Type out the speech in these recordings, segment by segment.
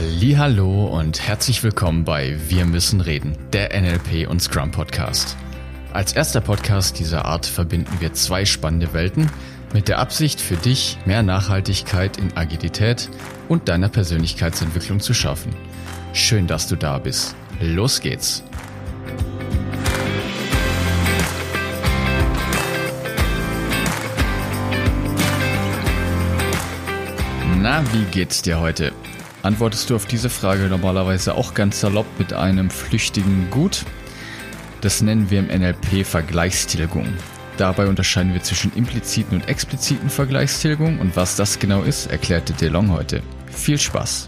Hallihallo und herzlich willkommen bei Wir müssen reden, der NLP und Scrum Podcast. Als erster Podcast dieser Art verbinden wir zwei spannende Welten mit der Absicht für dich, mehr Nachhaltigkeit in Agilität und deiner Persönlichkeitsentwicklung zu schaffen. Schön, dass du da bist. Los geht's! Na, wie geht's dir heute? Antwortest du auf diese Frage normalerweise auch ganz salopp mit einem flüchtigen Gut? Das nennen wir im NLP Vergleichstilgung. Dabei unterscheiden wir zwischen impliziten und expliziten Vergleichstilgung und was das genau ist, erklärte DeLong heute. Viel Spaß!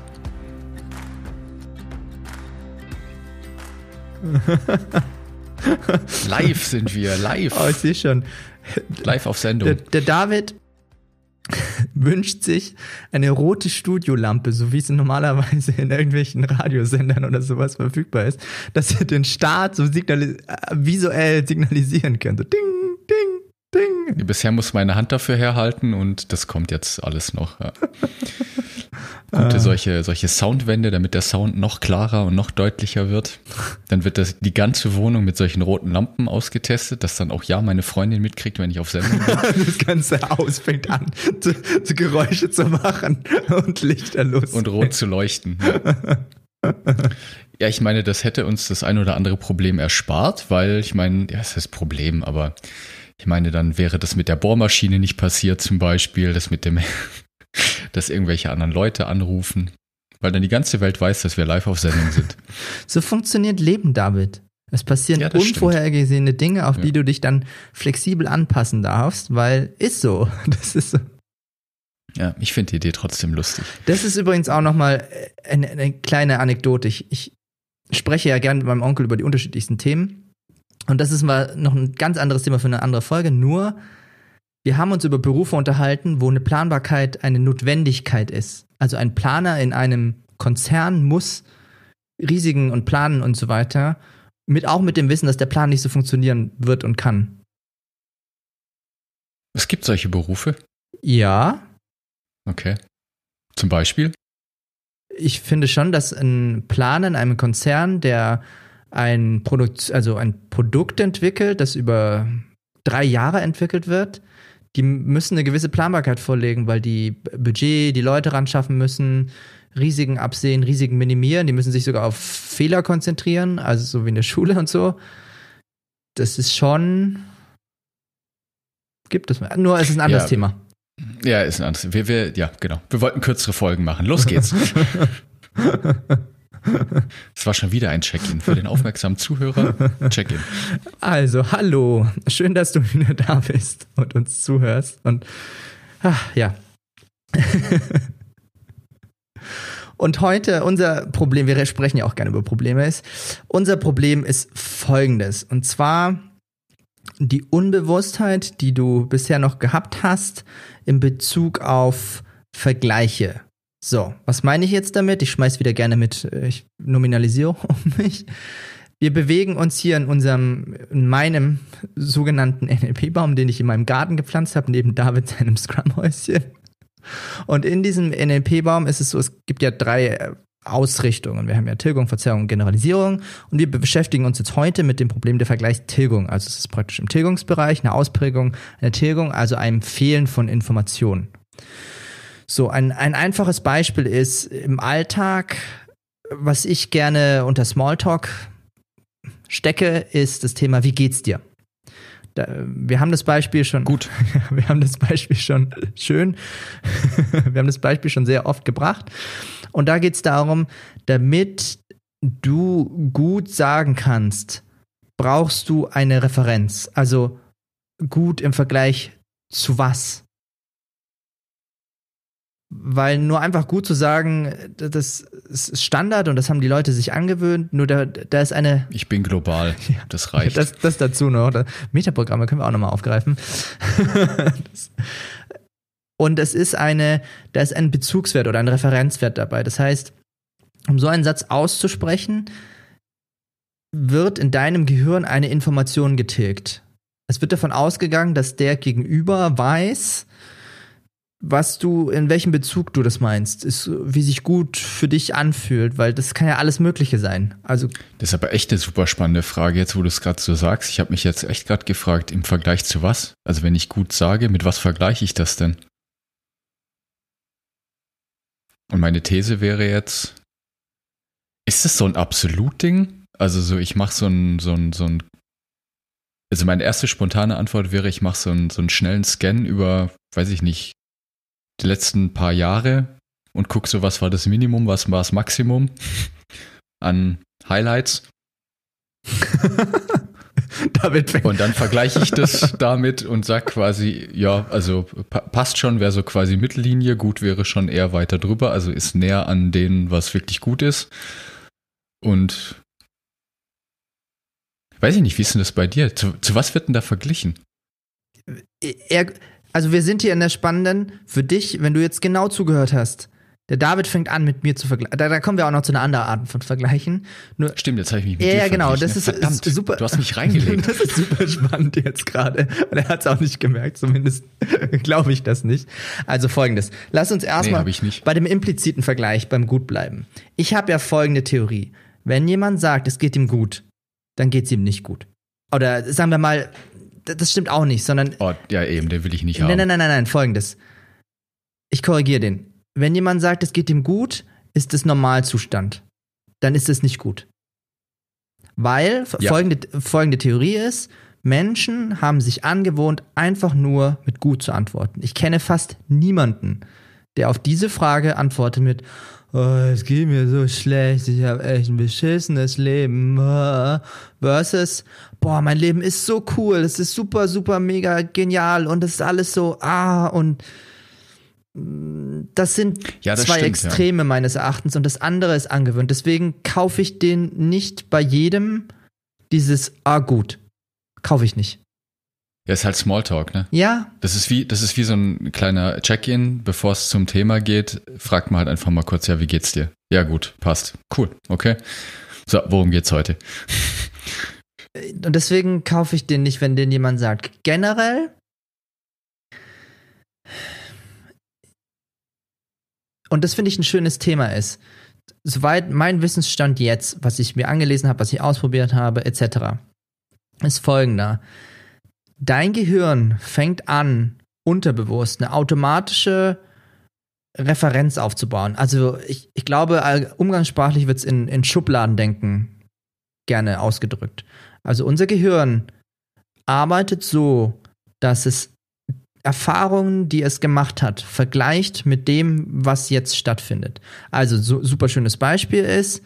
Live sind wir, live. Oh, ich sehe schon. Live auf Sendung. Der David wünscht sich eine rote Studiolampe, so wie es normalerweise in irgendwelchen Radiosendern oder sowas verfügbar ist, dass ihr den Start so visuell signalisieren könnt. So ding, ding, ding. Bisher muss meine Hand dafür herhalten und das kommt jetzt alles noch. Ja. Gute solche Soundwände, damit der Sound noch klarer und noch deutlicher wird. Dann wird die ganze Wohnung mit solchen roten Lampen ausgetestet, dass dann auch meine Freundin mitkriegt, wenn ich auf Sendung bin. Das ganze Haus fängt an, zu Geräusche zu machen und lichterlos. Und rot zu leuchten. Ja, ich meine, das hätte uns das ein oder andere Problem erspart, weil ich meine, ja, es ist Problem, aber ich meine, dann wäre das mit der Bohrmaschine nicht passiert zum Beispiel, dass irgendwelche anderen Leute anrufen, weil dann die ganze Welt weiß, dass wir live auf Sendung sind. So funktioniert Leben, David. Es passieren unvorhergesehene Dinge, auf die du dich dann flexibel anpassen darfst, weil ist so. Das ist so. Ja, ich finde die Idee trotzdem lustig. Das ist übrigens auch nochmal eine kleine Anekdote. Ich spreche ja gerne mit meinem Onkel über die unterschiedlichsten Themen. Und das ist mal noch ein ganz anderes Thema für eine andere Folge. Nur, wir haben uns über Berufe unterhalten, wo eine Planbarkeit eine Notwendigkeit ist. Also ein Planer in einem Konzern muss Risiken und planen und so weiter, auch mit dem Wissen, dass der Plan nicht so funktionieren wird und kann. Es gibt solche Berufe? Ja. Okay. Zum Beispiel? Ich finde schon, dass ein Planer in einem Konzern, der ein Produkt entwickelt, das über 3 Jahre entwickelt wird, die müssen eine gewisse Planbarkeit vorlegen, weil die Budget, die Leute ran schaffen müssen, Risiken absehen, Risiken minimieren, die müssen sich sogar auf Fehler konzentrieren, also so wie in der Schule und so. Das ist schon, gibt es, nur es ist ein anderes Thema. Ja, ist ein anderes. Ja, genau. Wir wollten kürzere Folgen machen. Los geht's. Es war schon wieder ein Check-in für den aufmerksamen Zuhörer. Check-in. Also, hallo. Schön, dass du wieder da bist und uns zuhörst. Und ja. Und heute unser Problem, wir sprechen ja auch gerne über Probleme, unser Problem ist folgendes. Und zwar die Unbewusstheit, die du bisher noch gehabt hast in Bezug auf Vergleiche. So, was meine ich jetzt damit? Ich schmeiß wieder gerne mit Nominalisierung um mich. Wir bewegen uns hier in meinem sogenannten NLP-Baum, den ich in meinem Garten gepflanzt habe, neben David seinem Scrum-Häuschen. Und in diesem NLP-Baum ist es so, es gibt ja 3 Ausrichtungen. Wir haben ja Tilgung, Verzerrung und Generalisierung. Und wir beschäftigen uns jetzt heute mit dem Problem der Vergleichstilgung. Also es ist praktisch im Tilgungsbereich eine Ausprägung einer Tilgung, also einem Fehlen von Informationen. So, ein einfaches Beispiel ist im Alltag, was ich gerne unter Smalltalk stecke, ist das Thema, wie geht's dir? Wir haben das Beispiel schon. Gut. Wir haben das Beispiel schon schön. Wir haben das Beispiel schon sehr oft gebracht. Und da geht's darum, damit du gut sagen kannst, brauchst du eine Referenz. Also gut im Vergleich zu was? Weil nur einfach gut zu sagen, das ist Standard und das haben die Leute sich angewöhnt, nur da ist eine... Ich bin global, das reicht. Das dazu noch. Metaprogramme können wir auch nochmal aufgreifen. Und da ist ein Bezugswert oder ein Referenzwert dabei. Das heißt, um so einen Satz auszusprechen, wird in deinem Gehirn eine Information getilgt. Es wird davon ausgegangen, dass der Gegenüber weiß, in welchem Bezug du das meinst, ist, wie sich gut für dich anfühlt, weil das kann ja alles Mögliche sein. Also das ist aber echt eine super spannende Frage, jetzt wo du es gerade so sagst. Ich habe mich jetzt echt gerade gefragt, im Vergleich zu was? Also wenn ich gut sage, mit was vergleiche ich das denn? Und meine These wäre jetzt, ist das so ein Absolut-Ding? Also so, ich mache also meine erste spontane Antwort wäre, ich mache so einen schnellen Scan über, weiß ich nicht, die letzten paar Jahre und gucke so, was war das Minimum, was war das Maximum an Highlights. Und dann vergleiche ich das damit und sage quasi, ja, also passt schon, wäre so quasi Mittellinie, gut wäre schon eher weiter drüber, also ist näher an denen, was wirklich gut ist. Und weiß ich nicht, wie ist denn das bei dir? Zu was wird denn da verglichen? Also wir sind hier in der spannenden, für dich, wenn du jetzt genau zugehört hast, der David fängt an, mit mir zu vergleichen. Da kommen wir auch noch zu einer anderen Art von Vergleichen. Stimmt, jetzt habe ich mich mit dir verglichen. Ja, genau, das ist verdammt, super. Du hast mich reingelegt. Das ist super spannend jetzt gerade. Und er hat es auch nicht gemerkt, zumindest glaube ich das nicht. Also folgendes, lass uns erstmal bei dem impliziten Vergleich beim Gut bleiben. Ich habe ja folgende Theorie. Wenn jemand sagt, es geht ihm gut, dann geht es ihm nicht gut. Oder sagen wir mal, das stimmt auch nicht, sondern... Oh, ja eben, den will ich nicht haben. Nein, folgendes. Ich korrigiere den. Wenn jemand sagt, es geht ihm gut, ist es Normalzustand. Dann ist es nicht gut. Weil folgende Theorie ist, Menschen haben sich angewohnt, einfach nur mit gut zu antworten. Ich kenne fast niemanden, der auf diese Frage antwortet mit es geht mir so schlecht, ich habe echt ein beschissenes Leben. Versus, mein Leben ist so cool, es ist super, super, mega genial und es ist alles so, und das sind zwei Extreme meines Erachtens und das andere ist angewöhnt. Deswegen kaufe ich den nicht bei jedem dieses, gut, kaufe ich nicht. Ja, ist halt Smalltalk, ne? Ja. Das ist wie so ein kleiner Check-in, bevor es zum Thema geht, fragt man halt einfach mal kurz, ja, wie geht's dir? Ja, gut, passt. Cool, okay. So, worum geht's heute? Und deswegen kaufe ich den nicht, wenn den jemand sagt. Generell und das finde ich ein schönes Thema ist, soweit mein Wissensstand jetzt, was ich mir angelesen habe, was ich ausprobiert habe, etc., ist folgender. Dein Gehirn fängt an, unterbewusst eine automatische Referenz aufzubauen. Also ich glaube, umgangssprachlich wird es in Schubladendenken gerne ausgedrückt. Also unser Gehirn arbeitet so, dass es Erfahrungen, die es gemacht hat, vergleicht mit dem, was jetzt stattfindet. Also super schönes Beispiel ist,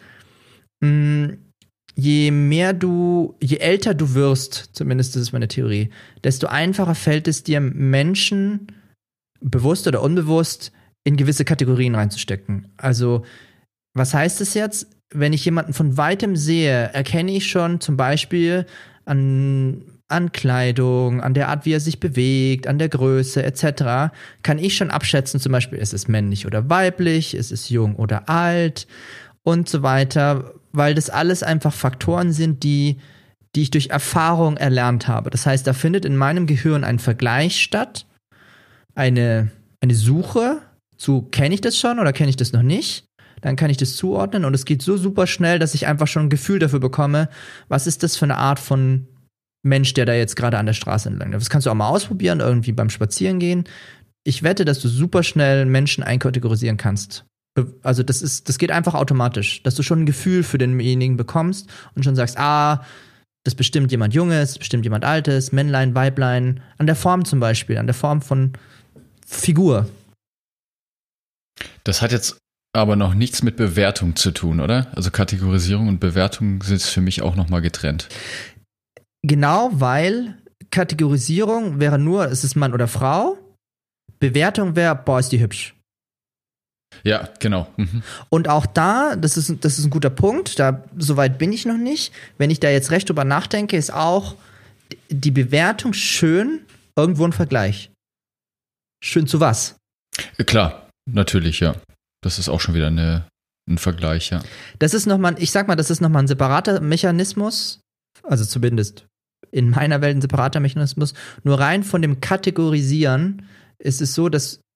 je älter du wirst, zumindest das ist meine Theorie, desto einfacher fällt es dir, Menschen bewusst oder unbewusst in gewisse Kategorien reinzustecken. Also, was heißt es jetzt? Wenn ich jemanden von weitem sehe, erkenne ich schon zum Beispiel an Kleidung, an der Art, wie er sich bewegt, an der Größe etc., kann ich schon abschätzen, zum Beispiel, ist es männlich oder weiblich, ist es jung oder alt und so weiter, weil das alles einfach Faktoren sind, die ich durch Erfahrung erlernt habe. Das heißt, da findet in meinem Gehirn ein Vergleich statt, eine Suche zu, kenne ich das schon oder kenne ich das noch nicht? Dann kann ich das zuordnen und es geht so super schnell, dass ich einfach schon ein Gefühl dafür bekomme, was ist das für eine Art von Mensch, der da jetzt gerade an der Straße entlang läuft. Das kannst du auch mal ausprobieren, irgendwie beim Spazierengehen. Ich wette, dass du super schnell Menschen einkategorisieren kannst. Also das geht einfach automatisch, dass du schon ein Gefühl für denjenigen bekommst und schon sagst, das ist bestimmt jemand Junges, bestimmt jemand Altes, Männlein, Weiblein, an der Form zum Beispiel, an der Form von Figur. Das hat jetzt aber noch nichts mit Bewertung zu tun, oder? Also Kategorisierung und Bewertung sind für mich auch nochmal getrennt. Genau, weil Kategorisierung wäre nur, es ist Mann oder Frau, Bewertung wäre, ist die hübsch. Ja, genau. Mhm. Und auch da, das ist ein guter Punkt, soweit bin ich noch nicht. Wenn ich da jetzt recht drüber nachdenke, ist auch die Bewertung schön, irgendwo ein Vergleich. Schön zu was? Klar, natürlich, ja. Das ist auch schon wieder ein Vergleich, ja. Das ist nochmal, ich sag mal, das ist nochmal ein separater Mechanismus, also zumindest in meiner Welt ein separater Mechanismus. Nur rein von dem Kategorisieren ist es so, dass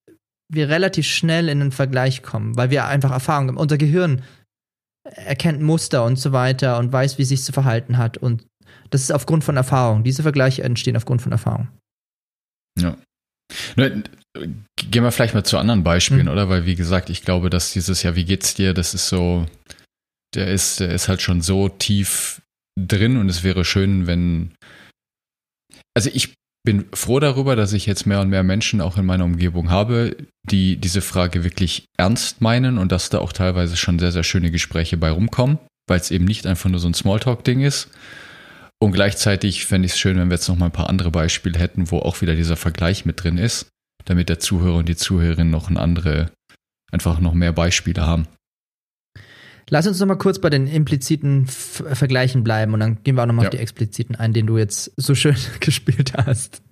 wir relativ schnell in einen Vergleich kommen, weil wir einfach Erfahrung haben. Unser Gehirn erkennt Muster und so weiter und weiß, wie es sich zu verhalten hat. Und das ist aufgrund von Erfahrung. Diese Vergleiche entstehen aufgrund von Erfahrung. Ja. Gehen wir vielleicht mal zu anderen Beispielen, oder? Weil, wie gesagt, ich glaube, dass dieses Jahr, wie geht's dir, das ist so, der ist halt schon so tief drin und es wäre schön, wenn, also ich bin froh darüber, dass ich jetzt mehr und mehr Menschen auch in meiner Umgebung habe, die diese Frage wirklich ernst meinen und dass da auch teilweise schon sehr, sehr schöne Gespräche bei rumkommen, weil es eben nicht einfach nur so ein Smalltalk-Ding ist. Und gleichzeitig fände ich es schön, wenn wir jetzt noch mal ein paar andere Beispiele hätten, wo auch wieder dieser Vergleich mit drin ist, damit der Zuhörer und die Zuhörerin einfach noch mehr Beispiele haben. Lass uns noch mal kurz bei den impliziten Vergleichen bleiben und dann gehen wir auch noch mal auf die expliziten ein, den du jetzt so schön gespielt hast.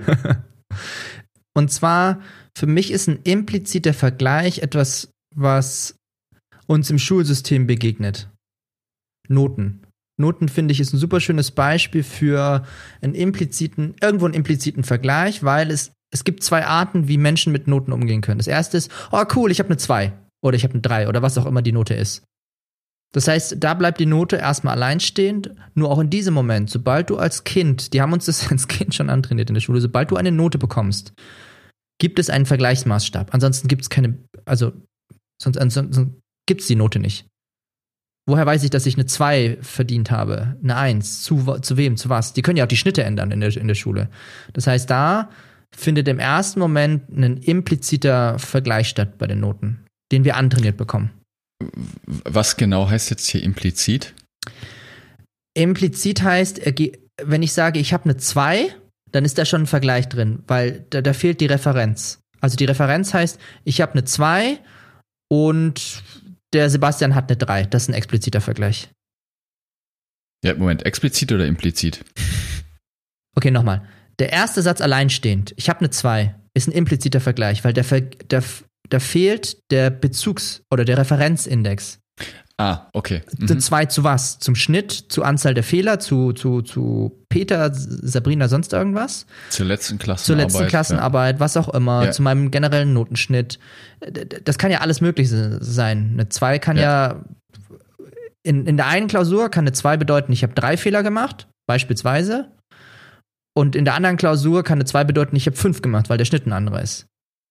Und zwar, für mich ist ein impliziter Vergleich etwas, was uns im Schulsystem begegnet. Noten. Noten, finde ich, ist ein super schönes Beispiel für irgendwo einen impliziten Vergleich, weil es gibt zwei Arten, wie Menschen mit Noten umgehen können. Das erste ist, oh cool, ich habe eine 2 oder ich habe eine 3 oder was auch immer die Note ist. Das heißt, da bleibt die Note erstmal alleinstehend, nur auch in diesem Moment, sobald du als Kind, die haben uns das als Kind schon antrainiert in der Schule, sobald du eine Note bekommst, gibt es einen Vergleichsmaßstab. Ansonsten gibt es ansonsten gibt es die Note nicht. Woher weiß ich, dass ich eine 2 verdient habe? Eine 1? Zu wem? Zu was? Die können ja auch die Schnitte ändern in der Schule. Das heißt, da findet im ersten Moment ein impliziter Vergleich statt bei den Noten, den wir antrainiert bekommen. Was genau heißt jetzt hier implizit? Implizit heißt, wenn ich sage, ich habe eine 2, dann ist da schon ein Vergleich drin, weil da fehlt die Referenz. Also die Referenz heißt, ich habe eine 2 und der Sebastian hat eine 3. Das ist ein expliziter Vergleich. Ja, Moment, explizit oder implizit? Okay, nochmal. Der erste Satz alleinstehend, ich habe eine 2, ist ein impliziter Vergleich, weil da fehlt der Bezugs- oder der Referenzindex. Ah, okay. Mhm. 2 zu was? Zum Schnitt, zur Anzahl der Fehler, zu Peter, Sabrina, sonst irgendwas? Zur letzten Klassenarbeit. Zur letzten Klassenarbeit, was auch immer, ja. Zu meinem generellen Notenschnitt. Das kann ja alles Mögliche sein. Eine 2 kann ja in der einen Klausur kann eine 2 bedeuten, ich habe 3 Fehler gemacht, beispielsweise. Und in der anderen Klausur kann eine 2 bedeuten, ich habe 5 gemacht, weil der Schnitt ein anderer ist.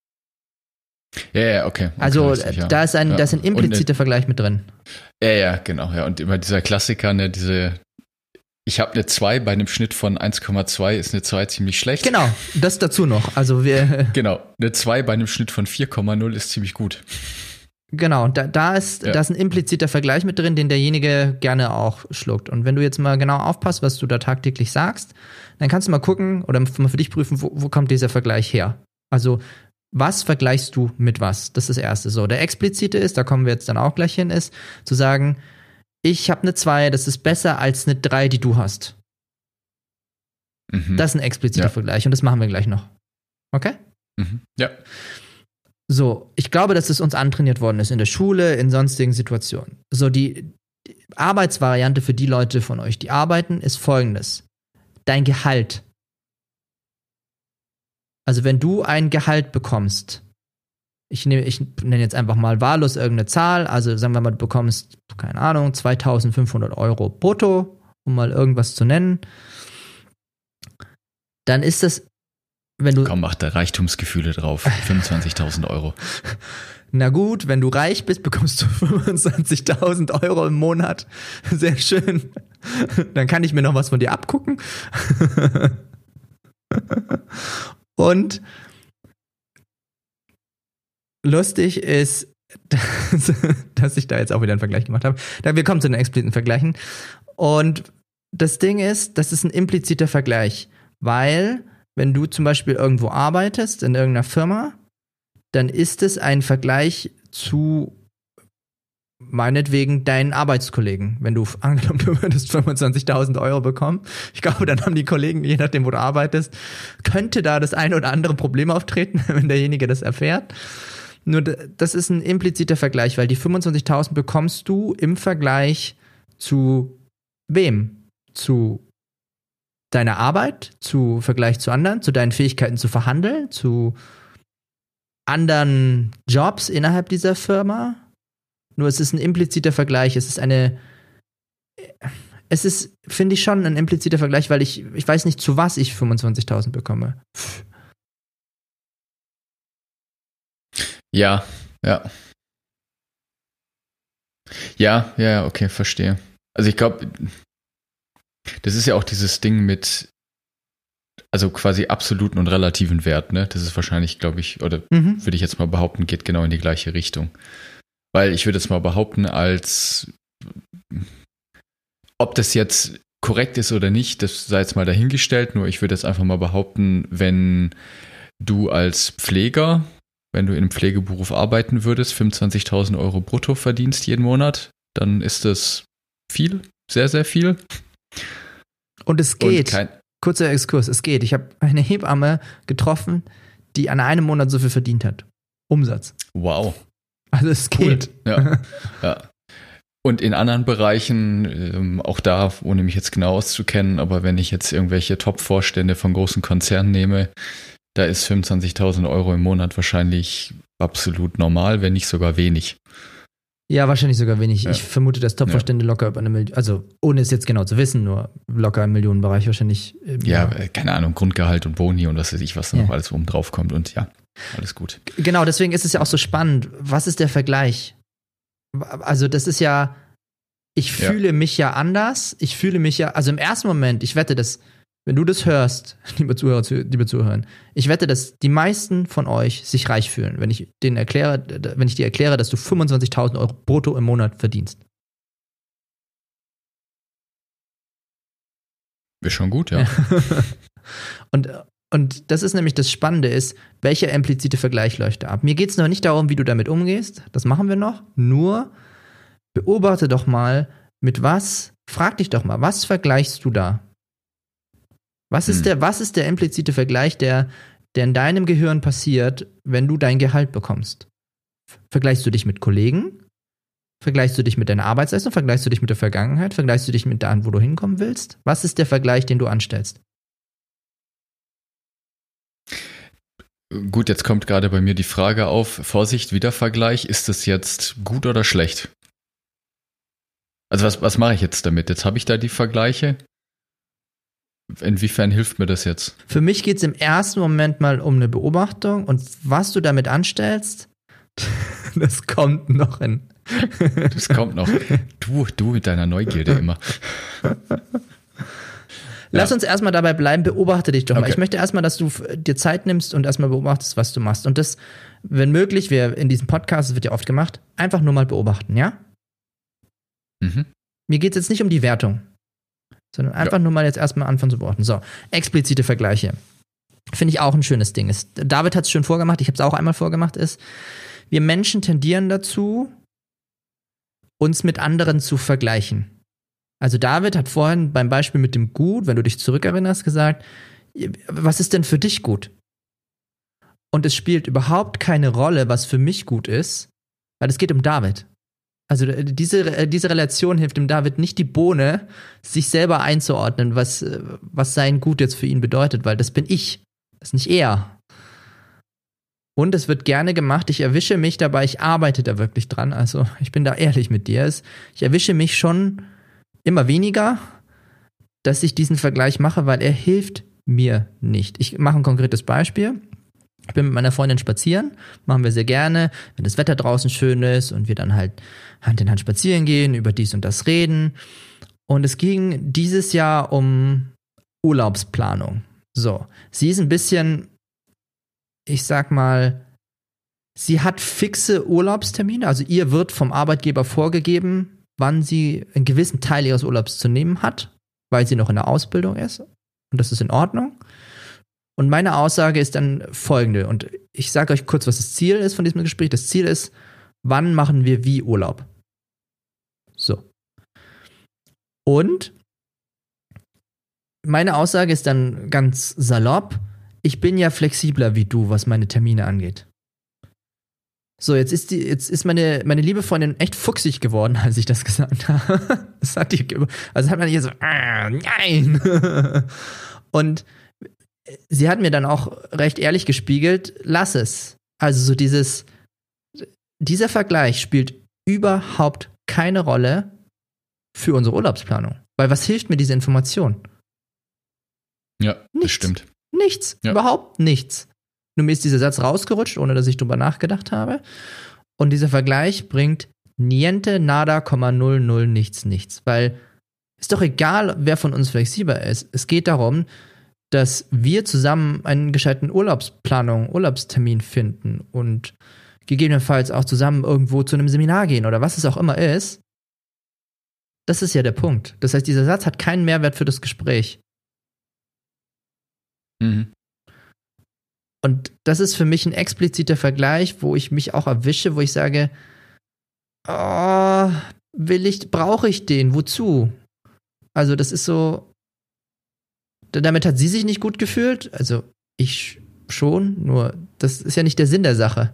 Ja, okay. Also richtig, ja. da ist ein impliziter Vergleich mit drin. Ja, genau. Ja. Und immer dieser Klassiker, ne, ich habe eine 2 bei einem Schnitt von 1,2 ist eine 2 ziemlich schlecht. Genau, das dazu noch. Also genau, eine 2 bei einem Schnitt von 4,0 ist ziemlich gut. Genau, da ist ein impliziter Vergleich mit drin, den derjenige gerne auch schluckt. Und wenn du jetzt mal genau aufpasst, was du da tagtäglich sagst, dann kannst du mal gucken oder mal für dich prüfen, wo kommt dieser Vergleich her. Also was vergleichst du mit was? Das ist das Erste. So, der explizite ist, da kommen wir jetzt dann auch gleich hin, ist zu sagen, ich habe eine 2, das ist besser als eine 3, die du hast. Das ist ein expliziter Vergleich und das machen wir gleich noch. Okay? Mhm. Ja. So, ich glaube, dass es uns antrainiert worden ist in der Schule, in sonstigen Situationen. So, die Arbeitsvariante für die Leute von euch, die arbeiten, ist folgendes. Dein Gehalt. Also wenn du ein Gehalt bekommst, ich nenne jetzt einfach mal wahllos irgendeine Zahl, also sagen wir mal, du bekommst, keine Ahnung, 2.500 Euro brutto, um mal irgendwas zu nennen, dann ist das, wenn du... Komm, mach da Reichtumsgefühle drauf, 25.000 Euro. Na gut, wenn du reich bist, bekommst du 25.000 Euro im Monat. Sehr schön. Dann kann ich mir noch was von dir abgucken. Und lustig ist, dass ich da jetzt auch wieder einen Vergleich gemacht habe. Wir kommen zu den expliziten Vergleichen. Und das Ding ist, das ist ein impliziter Vergleich, weil wenn du zum Beispiel irgendwo arbeitest, in irgendeiner Firma, dann ist es ein Vergleich zu meinetwegen deinen Arbeitskollegen. Wenn du angenommen, du würdest 25.000 Euro bekommen, ich glaube, dann haben die Kollegen, je nachdem, wo du arbeitest, könnte da das ein oder andere Problem auftreten, wenn derjenige das erfährt. Nur das ist ein impliziter Vergleich, weil die 25.000 bekommst du im Vergleich zu wem? Zu deiner Arbeit, zu Vergleich zu anderen, zu deinen Fähigkeiten zu verhandeln, zu anderen Jobs innerhalb dieser Firma. Nur es ist ein impliziter Vergleich. Es ist, finde ich, schon ein impliziter Vergleich, weil ich weiß nicht, zu was ich 25.000 bekomme. Ja. Ja, okay, verstehe. Also ich glaube, das ist ja auch dieses Ding mit, also quasi absoluten und relativen Wert, ne? Das ist wahrscheinlich, glaube ich, oder würde ich jetzt mal behaupten, geht genau in die gleiche Richtung. Weil ich würde jetzt mal behaupten, ob das jetzt korrekt ist oder nicht, das sei jetzt mal dahingestellt, nur ich würde jetzt einfach mal behaupten, wenn du als Pfleger, wenn du in einem Pflegeberuf arbeiten würdest, 25.000 Euro brutto verdienst jeden Monat, dann ist das viel, sehr, sehr viel. Und es geht. Kurzer Exkurs, es geht. Ich habe eine Hebamme getroffen, die an einem Monat so viel verdient hat. Umsatz. Wow. Also es geht. Cool. Ja. Und in anderen Bereichen, auch da, ohne mich jetzt genau auszukennen, aber wenn ich jetzt irgendwelche Top-Vorstände von großen Konzernen nehme, da ist 25.000 Euro im Monat wahrscheinlich absolut normal, wenn nicht sogar wenig. Ja, wahrscheinlich sogar wenig. Ja. Ich vermute, dass Top-Vorstände locker über 1 Million, also ohne es jetzt genau zu wissen, nur locker im Millionenbereich wahrscheinlich. Ja, keine Ahnung, Grundgehalt und Boni und was weiß ich, was da noch alles oben drauf kommt und ja, alles gut. Genau, deswegen ist es ja auch so spannend. Was ist der Vergleich? Also das ist ja, ich fühle mich ja anders. Ich fühle mich ja, also im ersten Moment, ich wette, dass, wenn du das hörst, liebe Zuhörer, liebe Zuhörer, ich wette, dass die meisten von euch sich reich fühlen, wenn ich dir erkläre, dass du 25.000 Euro brutto im Monat verdienst. Wäre schon gut, ja. Und das ist nämlich das Spannende ist, welcher implizite Vergleich läuft da ab. Mir geht es noch nicht darum, wie du damit umgehst, das machen wir noch, nur beobachte doch mal, frag dich doch mal, was vergleichst du da? Was ist der implizite Vergleich, der in deinem Gehirn passiert, wenn du dein Gehalt bekommst? Vergleichst du dich mit Kollegen? Vergleichst du dich mit deiner Arbeitsleistung? Vergleichst du dich mit der Vergangenheit? Vergleichst du dich mit da, wo du hinkommen willst? Was ist der Vergleich, den du anstellst? Gut, jetzt kommt gerade bei mir die Frage auf, Vorsicht, Wiedervergleich, ist das jetzt gut oder schlecht? Also was mache ich jetzt damit? Jetzt habe ich da die Vergleiche. Inwiefern hilft mir das jetzt? Für mich geht es im ersten Moment mal um eine Beobachtung und was du damit anstellst, das kommt noch hin. Das kommt noch. Du mit deiner Neugierde immer. Lass uns erstmal dabei bleiben, beobachte dich doch mal. Okay. Ich möchte erstmal, dass du dir Zeit nimmst und erstmal beobachtest, was du machst. Und das, wenn möglich, in diesem Podcast, das wird ja oft gemacht, einfach nur mal beobachten, ja? Mhm. Mir geht es jetzt nicht um die Wertung, sondern einfach nur mal jetzt erstmal anfangen zu beobachten. So, explizite Vergleiche. Finde ich auch ein schönes Ding. David hat es schon vorgemacht, ich habe es auch einmal vorgemacht, ist, wir Menschen tendieren dazu, uns mit anderen zu vergleichen. Also David hat vorhin beim Beispiel mit dem Gut, wenn du dich zurückerinnerst, gesagt, was ist denn für dich gut? Und es spielt überhaupt keine Rolle, was für mich gut ist, weil es geht um David. Also diese Relation hilft dem David nicht die Bohne, sich selber einzuordnen, was sein Gut jetzt für ihn bedeutet, weil das bin ich, das ist nicht er. Und es wird gerne gemacht, ich erwische mich dabei, ich arbeite da wirklich dran, also ich bin da ehrlich mit dir, ich erwische mich schon immer weniger, dass ich diesen Vergleich mache, weil er hilft mir nicht. Ich mache ein konkretes Beispiel. Ich bin mit meiner Freundin spazieren, machen wir sehr gerne, wenn das Wetter draußen schön ist und wir dann halt Hand in Hand spazieren gehen, über dies und das reden. Und es ging dieses Jahr um Urlaubsplanung. So, sie ist ein bisschen, ich sag mal, sie hat fixe Urlaubstermine, also ihr wird vom Arbeitgeber vorgegeben, wann sie einen gewissen Teil ihres Urlaubs zu nehmen hat, weil sie noch in der Ausbildung ist. Und das ist in Ordnung. Und meine Aussage ist dann folgende. Und ich sage euch kurz, was das Ziel ist von diesem Gespräch. Das Ziel ist, wann machen wir wie Urlaub? So. Und meine Aussage ist dann ganz salopp, ich bin ja flexibler wie du, was meine Termine angeht. So, jetzt ist meine liebe Freundin echt fuchsig geworden, als ich das gesagt habe. Also hat man hier so, nein. Und sie hat mir dann auch recht ehrlich gespiegelt, lass es. Also so dieser Vergleich spielt überhaupt keine Rolle für unsere Urlaubsplanung. Weil was hilft mir diese Information? Ja, Nichts. das stimmt. Nichts, Ja. überhaupt nichts. Nur mir ist dieser Satz rausgerutscht, ohne dass ich drüber nachgedacht habe. Und dieser Vergleich bringt niente, nada, 0,00, nichts. Weil ist doch egal, wer von uns flexibler ist. Es geht darum, dass wir zusammen einen gescheiten Urlaubstermin finden und gegebenenfalls auch zusammen irgendwo zu einem Seminar gehen oder was es auch immer ist. Das ist ja der Punkt. Das heißt, dieser Satz hat keinen Mehrwert für das Gespräch. Mhm. Und das ist für mich ein expliziter Vergleich, wo ich mich auch erwische, wo ich sage, brauche ich den? Wozu? Also das ist so, damit hat sie sich nicht gut gefühlt, also ich schon, nur das ist ja nicht der Sinn der Sache.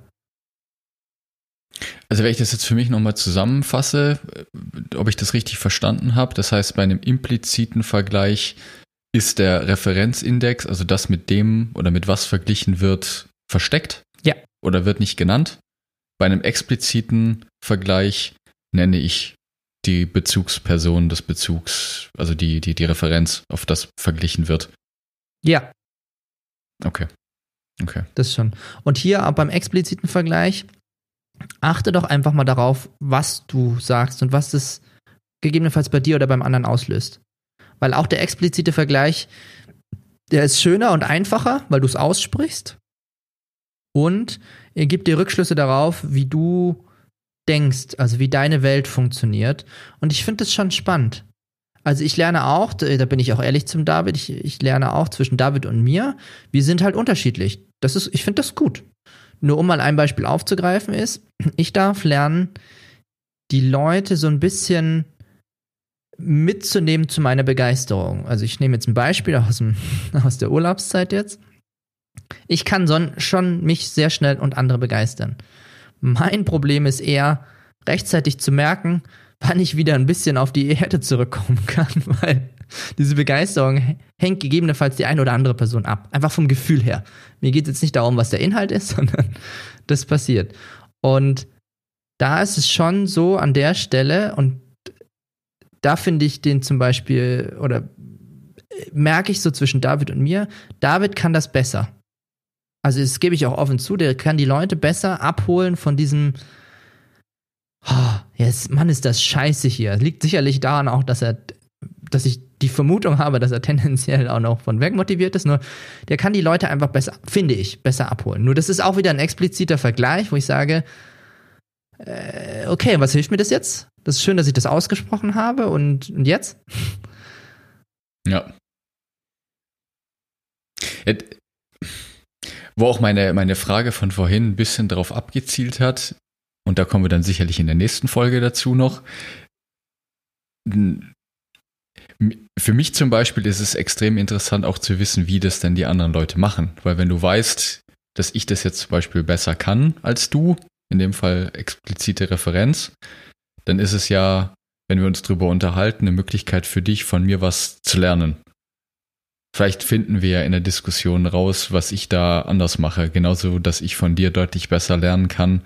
Also wenn ich das jetzt für mich nochmal zusammenfasse, ob ich das richtig verstanden habe, das heißt, bei einem impliziten Vergleich ist der Referenzindex, also das mit dem oder mit was verglichen wird, versteckt? Ja. Oder wird nicht genannt? Bei einem expliziten Vergleich nenne ich die Bezugsperson des Bezugs, also die Referenz, auf das verglichen wird. Ja. Okay. Das schon. Und hier auch beim expliziten Vergleich, achte doch einfach mal darauf, was du sagst und was das gegebenenfalls bei dir oder beim anderen auslöst. Weil auch der explizite Vergleich, der ist schöner und einfacher, weil du es aussprichst. Und er gibt dir Rückschlüsse darauf, wie du denkst, also wie deine Welt funktioniert. Und ich finde das schon spannend. Also ich lerne auch, da bin ich auch ehrlich zum David, ich lerne auch zwischen David und mir, wir sind halt unterschiedlich. Ich finde das gut. Nur um mal ein Beispiel aufzugreifen ist, ich darf lernen, die Leute so ein bisschen mitzunehmen zu meiner Begeisterung. Also ich nehme jetzt ein Beispiel aus der Urlaubszeit jetzt. Ich kann schon mich sehr schnell und andere begeistern. Mein Problem ist eher, rechtzeitig zu merken, wann ich wieder ein bisschen auf die Erde zurückkommen kann, weil diese Begeisterung hängt gegebenenfalls die eine oder andere Person ab. Einfach vom Gefühl her. Mir geht es jetzt nicht darum, was der Inhalt ist, sondern das passiert. Und da ist es schon so an der Stelle, und da finde ich den zum Beispiel, oder merke ich so zwischen David und mir, David kann das besser. Also das gebe ich auch offen zu, der kann die Leute besser abholen von diesem Mann, ist das scheiße hier. Liegt sicherlich daran auch, dass ich die Vermutung habe, dass er tendenziell auch noch von weg motiviert ist. Nur der kann die Leute einfach besser, finde ich, besser abholen. Nur das ist auch wieder ein expliziter Vergleich, wo ich sage, okay, was hilft mir das jetzt? Das ist schön, dass ich das ausgesprochen habe und jetzt? Ja. Wo auch meine Frage von vorhin ein bisschen darauf abgezielt hat, und da kommen wir dann sicherlich in der nächsten Folge dazu noch. Für mich zum Beispiel ist es extrem interessant auch zu wissen, wie das denn die anderen Leute machen. Weil wenn du weißt, dass ich das jetzt zum Beispiel besser kann als du, in dem Fall explizite Referenz, dann ist es ja, wenn wir uns drüber unterhalten, eine Möglichkeit für dich, von mir was zu lernen. Vielleicht finden wir ja in der Diskussion raus, was ich da anders mache. Genauso, dass ich von dir deutlich besser lernen kann,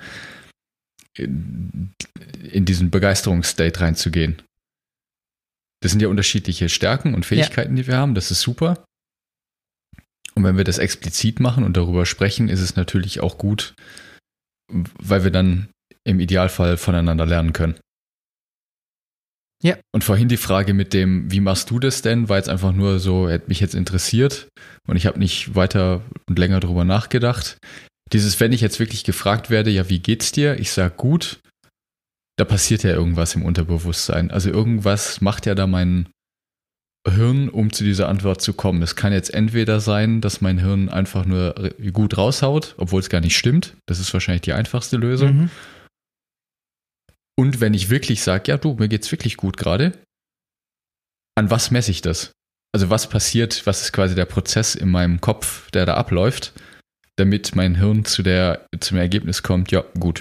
in diesen Begeisterungsstate reinzugehen. Das sind ja unterschiedliche Stärken und Fähigkeiten, die wir haben. Das ist super. Und wenn wir das explizit machen und darüber sprechen, ist es natürlich auch gut, weil wir dann im Idealfall voneinander lernen können. Ja. Und vorhin die Frage mit dem, wie machst du das denn, war jetzt einfach nur so, hätte mich jetzt interessiert und ich habe nicht weiter und länger drüber nachgedacht. Wenn ich jetzt wirklich gefragt werde, ja, wie geht's dir? Ich sag gut, da passiert ja irgendwas im Unterbewusstsein. Also irgendwas macht ja da mein Hirn, um zu dieser Antwort zu kommen. Es kann jetzt entweder sein, dass mein Hirn einfach nur gut raushaut, obwohl es gar nicht stimmt. Das ist wahrscheinlich die einfachste Lösung. Mhm. Und wenn ich wirklich sage, ja du, mir geht's wirklich gut gerade, an was messe ich das? Also was passiert, was ist quasi der Prozess in meinem Kopf, der da abläuft, damit mein Hirn zum Ergebnis kommt, ja gut.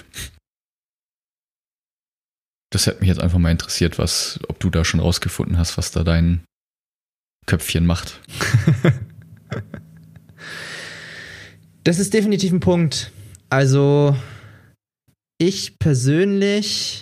Das hätte mich jetzt einfach mal interessiert, ob du da schon rausgefunden hast, was da dein Köpfchen macht. Das ist definitiv ein Punkt. Also, ich persönlich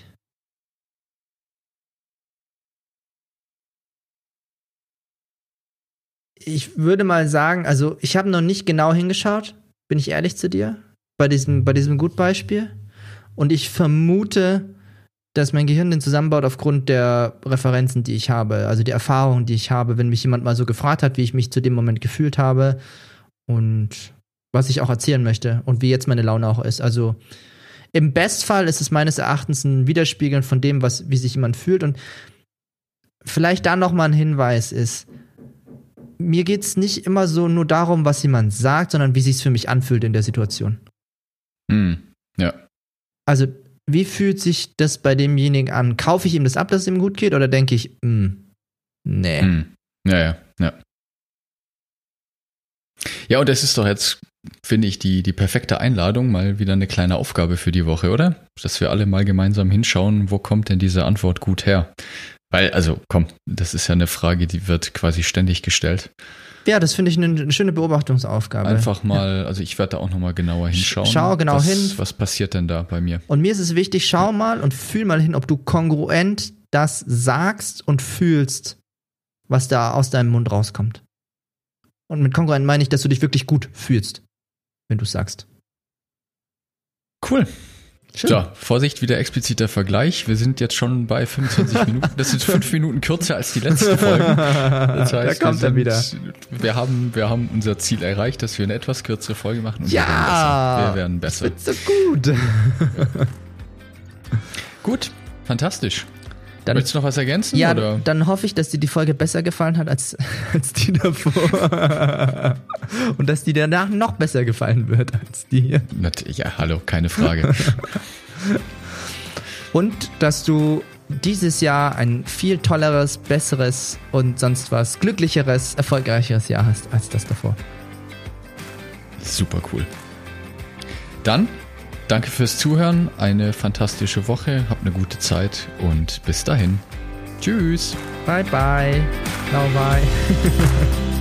ich würde mal sagen, also ich habe noch nicht genau hingeschaut, bin ich ehrlich zu dir, bei diesem Gutbeispiel. Und ich vermute, dass mein Gehirn den zusammenbaut aufgrund der Referenzen, die ich habe, also die Erfahrungen, die ich habe, wenn mich jemand mal so gefragt hat, wie ich mich zu dem Moment gefühlt habe und was ich auch erzählen möchte und wie jetzt meine Laune auch ist. Also im Bestfall ist es meines Erachtens ein Widerspiegeln von dem, wie sich jemand fühlt. Und vielleicht da nochmal ein Hinweis ist, mir geht es nicht immer so nur darum, was jemand sagt, sondern wie sich es für mich anfühlt in der Situation. Ja. Also, wie fühlt sich das bei demjenigen an? Kaufe ich ihm das ab, dass es ihm gut geht, oder denke ich, nee. Ja. Ja, und das ist doch jetzt, finde ich, die perfekte Einladung, mal wieder eine kleine Aufgabe für die Woche, oder? Dass wir alle mal gemeinsam hinschauen, wo kommt denn diese Antwort gut her? Weil, also komm, das ist ja eine Frage, die wird quasi ständig gestellt. Ja, das finde ich eine schöne Beobachtungsaufgabe. Einfach mal, also ich werde da auch nochmal genauer hinschauen. Schau genau hin. Was passiert denn da bei mir? Und mir ist es wichtig, schau mal und fühl mal hin, ob du kongruent das sagst und fühlst, was da aus deinem Mund rauskommt. Und mit kongruent meine ich, dass du dich wirklich gut fühlst, wenn du es sagst. Cool. Schön. So, Vorsicht, wieder expliziter Vergleich. Wir sind jetzt schon bei 25 Minuten. Das sind 5 Minuten kürzer als die letzten Folgen. Das heißt, da kommt er wieder. Wir haben unser Ziel erreicht, dass wir eine etwas kürzere Folge machen. Und ja, wir werden besser. Das wird so gut. Gut, fantastisch. Dann, möchtest du noch was ergänzen? Ja, oder? Dann hoffe ich, dass dir die Folge besser gefallen hat als die davor. Und dass die danach noch besser gefallen wird als die hier. Ja, hallo, keine Frage. Und dass du dieses Jahr ein viel tolleres, besseres und sonst was glücklicheres, erfolgreicheres Jahr hast als das davor. Super cool. Dann danke fürs Zuhören, eine fantastische Woche, habt eine gute Zeit und bis dahin. Tschüss. Bye bye. Ciao bye.